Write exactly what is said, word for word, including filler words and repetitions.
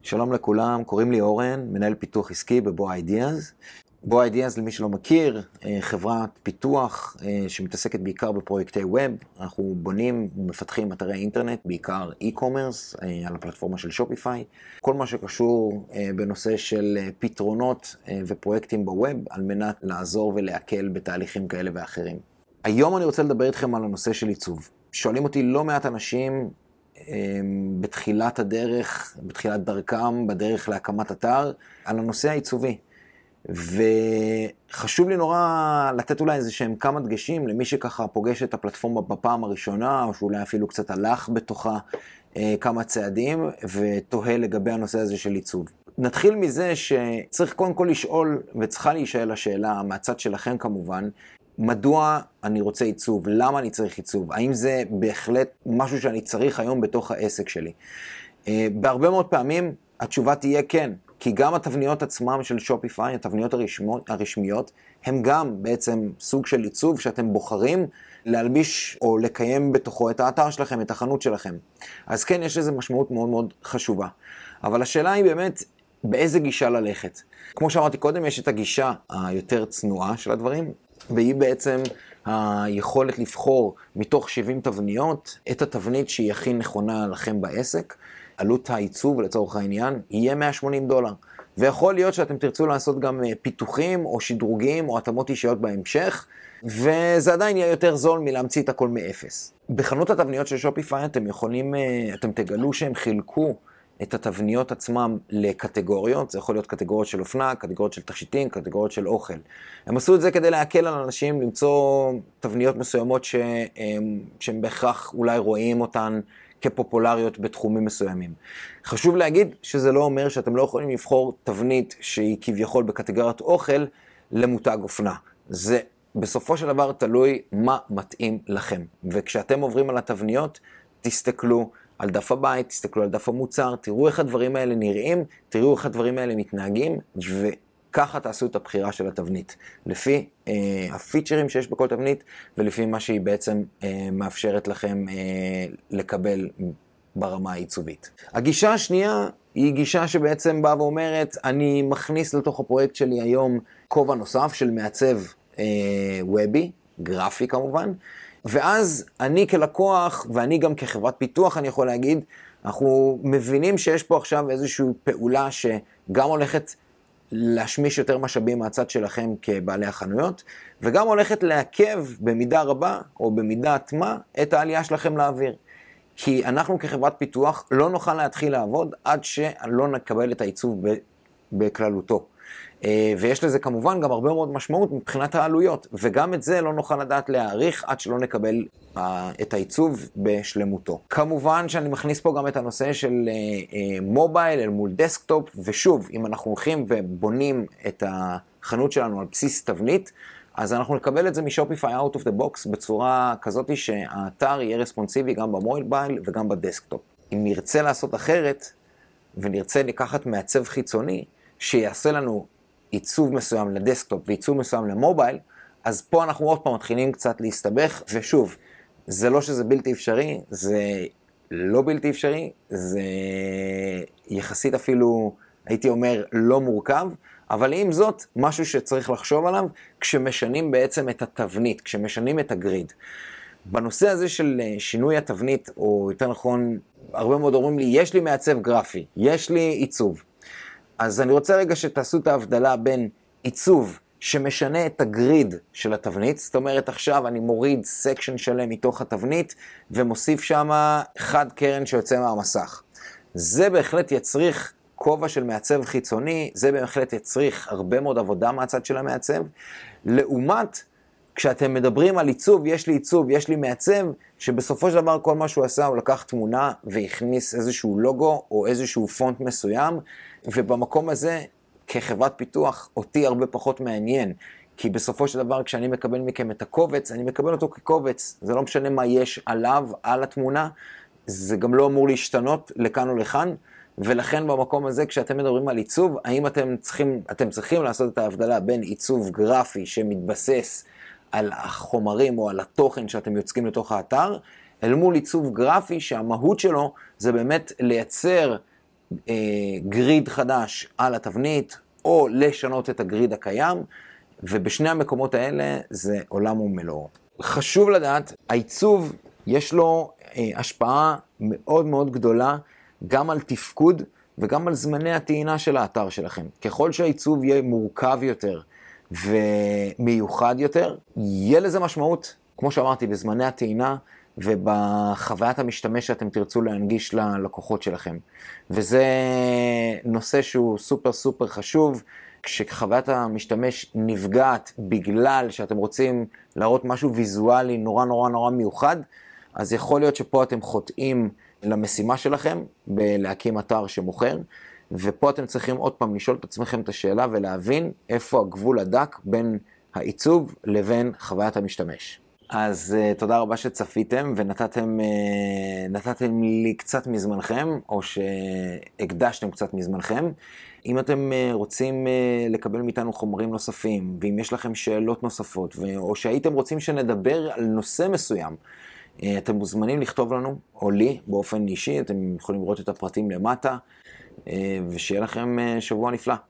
שלום לכולם, קוראים לי אורן, מנהל פיתוח עסקי בבו אידיאז. בו אידיאז, למי שלא מכיר, חברת פיתוח שמתעסקת בעיקר בפרויקטי ווב. אנחנו בונים ומפתחים אתרי אינטרנט, בעיקר e-commerce, על הפלטפורמה של שופיפיי. כל מה שקשור בנושא של פתרונות ופרויקטים בווב, על מנת לעזור ולהקל בתהליכים כאלה ואחרים. היום אני רוצה לדבר איתכם על הנושא של עיצוב. שואלים אותי לא מעט אנשים בתחילת הדרך, בתחילת דרכם, בדרך להקמת אתר, על הנושא העיצובי. וחשוב לי נורא לתת אולי איזה שהם כמה דגשים למי שככה פוגש את הפלטפורמה בפעם הראשונה, או שאולי אפילו קצת הלך בתוכה כמה צעדים, ותוהה לגבי הנושא הזה של עיצוב. נתחיל מזה שצריך קודם כל לשאול, וצריכה להישאל השאלה, מהצד שלכם כמובן, מדוע אני רוצה עיצוב? למה אני צריך עיצוב? האם זה בהחלט משהו שאני צריך היום בתוך העסק שלי? בהרבה מאוד פעמים התשובה תהיה כן, כי גם התבניות עצמם של שופיפיי, התבניות הרשמיות, הרשמיות, הם גם בעצם סוג של עיצוב שאתם בוחרים להלביש או לקיים בתוכו את האתר שלכם, את החנות שלכם. אז כן, יש לזה משמעות מאוד מאוד חשובה. אבל השאלה היא באמת, באיזה גישה ללכת? כמו שאמרתי קודם, יש את הגישה היותר צנועה של הדברים, והיא בעצם היכולת לבחור מתוך שבעים תבניות את התבנית שהיא הכי נכונה לכם בעסק. עלות העיצוב לצורך העניין יהיה מאה ושמונים דולר. ויכול להיות שאתם תרצו לעשות גם פיתוחים או שדרוגים או התאמות אישיות בהמשך, וזה עדיין יהיה יותר זול מלהמציא את הכל מאפס. בחנות התבניות של שופיפיי אתם יכולים, אתם תגלו שהם חילקו את התבניות עצמם לקטגוריות, זה יכול להיות קטגוריות של אופנה, קטגוריות של תכשיטים, קטגוריות של אוכל. הם עשו את זה כדי להקל על אנשים למצוא תבניות מסוימות שהם, שהם בהכרח אולי רואים אותן כפופולריות בתחומים מסוימים. חשוב להגיד שזה לא אומר שאתם לא יכולים לבחור תבנית שהיא כביכול בקטגוריית אוכל למותג אופנה. זה בסופו של דבר תלוי מה מתאים לכם. וכשאתם עוברים על התבניות, תסתכלו על דף הבית, תסתכלו על דף המוצר, תראו איך הדברים האלה נראים, תראו איך הדברים האלה מתנהגים, וככה תעשו את הבחירה של התבנית. לפי אה, הפיצ'רים שיש בכל תבנית, ולפי מה שהיא בעצם אה, מאפשרת לכם אה, לקבל ברמה העיצובית. הגישה השנייה היא גישה שבעצם באה ואומרת, אני מכניס לתוך הפרויקט שלי היום כובע נוסף של מעצב אה, וובי, גרפי כמובן, ואז אני כלקוח, ואני גם כחברת פיתוח, אני יכול להגיד, אנחנו מבינים שיש פה עכשיו איזושהי פעולה שגם הולכת להשמיש יותר משאבים מהצד שלכם כבעלי החנויות, וגם הולכת לעכב במידה רבה, או במידת מה, את העלייה שלכם לאוויר. כי אנחנו כחברת פיתוח לא נוכל להתחיל לעבוד עד שלא נקבל את העיצוב בכללותו. ויש לזה כמובן גם הרבה מאוד משמעות מבחינת העלויות, וגם את זה לא נוכל לדעת להעריך עד שלא נקבל את העיצוב בשלמותו. כמובן שאני מכניס פה גם את הנושא של מובייל אל מול דסקטופ, ושוב, אם אנחנו הולכים ובונים את החנות שלנו על בסיס תבנית, אז אנחנו נקבל את זה משופיפיי out of the box בצורה כזאת שהאתר יהיה רספונסיבי גם במובייל וגם בדסקטופ. אם נרצה לעשות אחרת, ונרצה לקחת מעצב חיצוני, שיעשה לנו עיצוב מסוים לדסקטופ ועיצוב מסוים למובייל, אז פה אנחנו עוד פעם מתחילים קצת להסתבך, ושוב, זה לא שזה בלתי אפשרי, זה לא בלתי אפשרי, זה יחסית אפילו, הייתי אומר, לא מורכב, אבל עם זאת, משהו שצריך לחשוב עליו, כשמשנים בעצם את התבנית, כשמשנים את הגריד. בנושא הזה של שינוי התבנית, או יותר נכון, הרבה מאוד אומרים לי, יש לי מעצב גרפי, יש לי עיצוב. אז אני רוצה רגע שתעשו את ההבדלה בין עיצוב שמשנה את הגריד של התבנית, זאת אומרת עכשיו אני מוריד סקשן שלם מתוך התבנית ומוסיף שם חד קרן שיוצא מהמסך. זה בהחלט יצריך כובע של מעצב חיצוני, זה בהחלט יצריך הרבה מאוד עבודה מהצד של המעצב, לעומת כשאתם מדברים על עיצוב, יש לי עיצוב, יש לי מעצב, שבסופו של דבר כל מה שהוא עשה הוא לקח תמונה והכניס איזשהו לוגו או איזשהו פונט מסוים, ובמקום הזה כחברת פיתוח אותי הרבה פחות מעניין, כי בסופו של דבר כשאני מקבל מכם את הקובץ, אני מקבל אותו כקובץ, זה לא משנה מה יש עליו, על התמונה, זה גם לא אמור להשתנות לכאן או לכאן, ולכן במקום הזה כשאתם מדברים על עיצוב, האם אתם צריכים, אתם צריכים לעשות את ההבדלה בין עיצוב גרפי שמתבסס על החומרים או על התוכן שאתם יוצקים לתוך האתר, אל מול עיצוב גרפי שהמהות שלו זה באמת לייצר אה, גריד חדש על התבנית, או לשנות את הגריד הקיים, ובשני המקומות האלה זה עולם ומלואו. חשוב לדעת, העיצוב יש לו אה, השפעה מאוד מאוד גדולה, גם על תפקוד וגם על זמני הטעינה של האתר שלכם. ככל שהעיצוב יהיה מורכב יותר ומיוחד יותר, יהיה לזה משמעות, כמו שאמרתי, בזמני הטעינה ובחוויית המשתמש שאתם תרצו להנגיש ללקוחות שלכם. וזה נושא שהוא סופר סופר חשוב. כשחוויית המשתמש נפגעת בגלל שאתם רוצים להראות משהו ויזואלי נורא נורא נורא מיוחד, אז יכול להיות שפה אתם חוטאים למשימה שלכם בלהקים אתר שמוכר, ופה אתם צריכים עוד פעם לשאול את עצמכם את השאלה ולהבין איפה הגבול הדק בין העיצוב לבין חוויית המשתמש. אז uh, תודה רבה שצפיתם ונתתם uh, נתתם לי קצת מזמנכם, או שהקדשתם קצת מזמנכם. אם אתם uh, רוצים uh, לקבל מאיתנו חומרים נוספים, ואם יש לכם שאלות נוספות, ו- או שהייתם רוצים שנדבר על נושא מסוים, uh, אתם מוזמנים לכתוב לנו, או לי באופן אישי, אתם יכולים לראות את הפרטים למטה, uh, ושיהיה לכם uh, שבוע נפלא.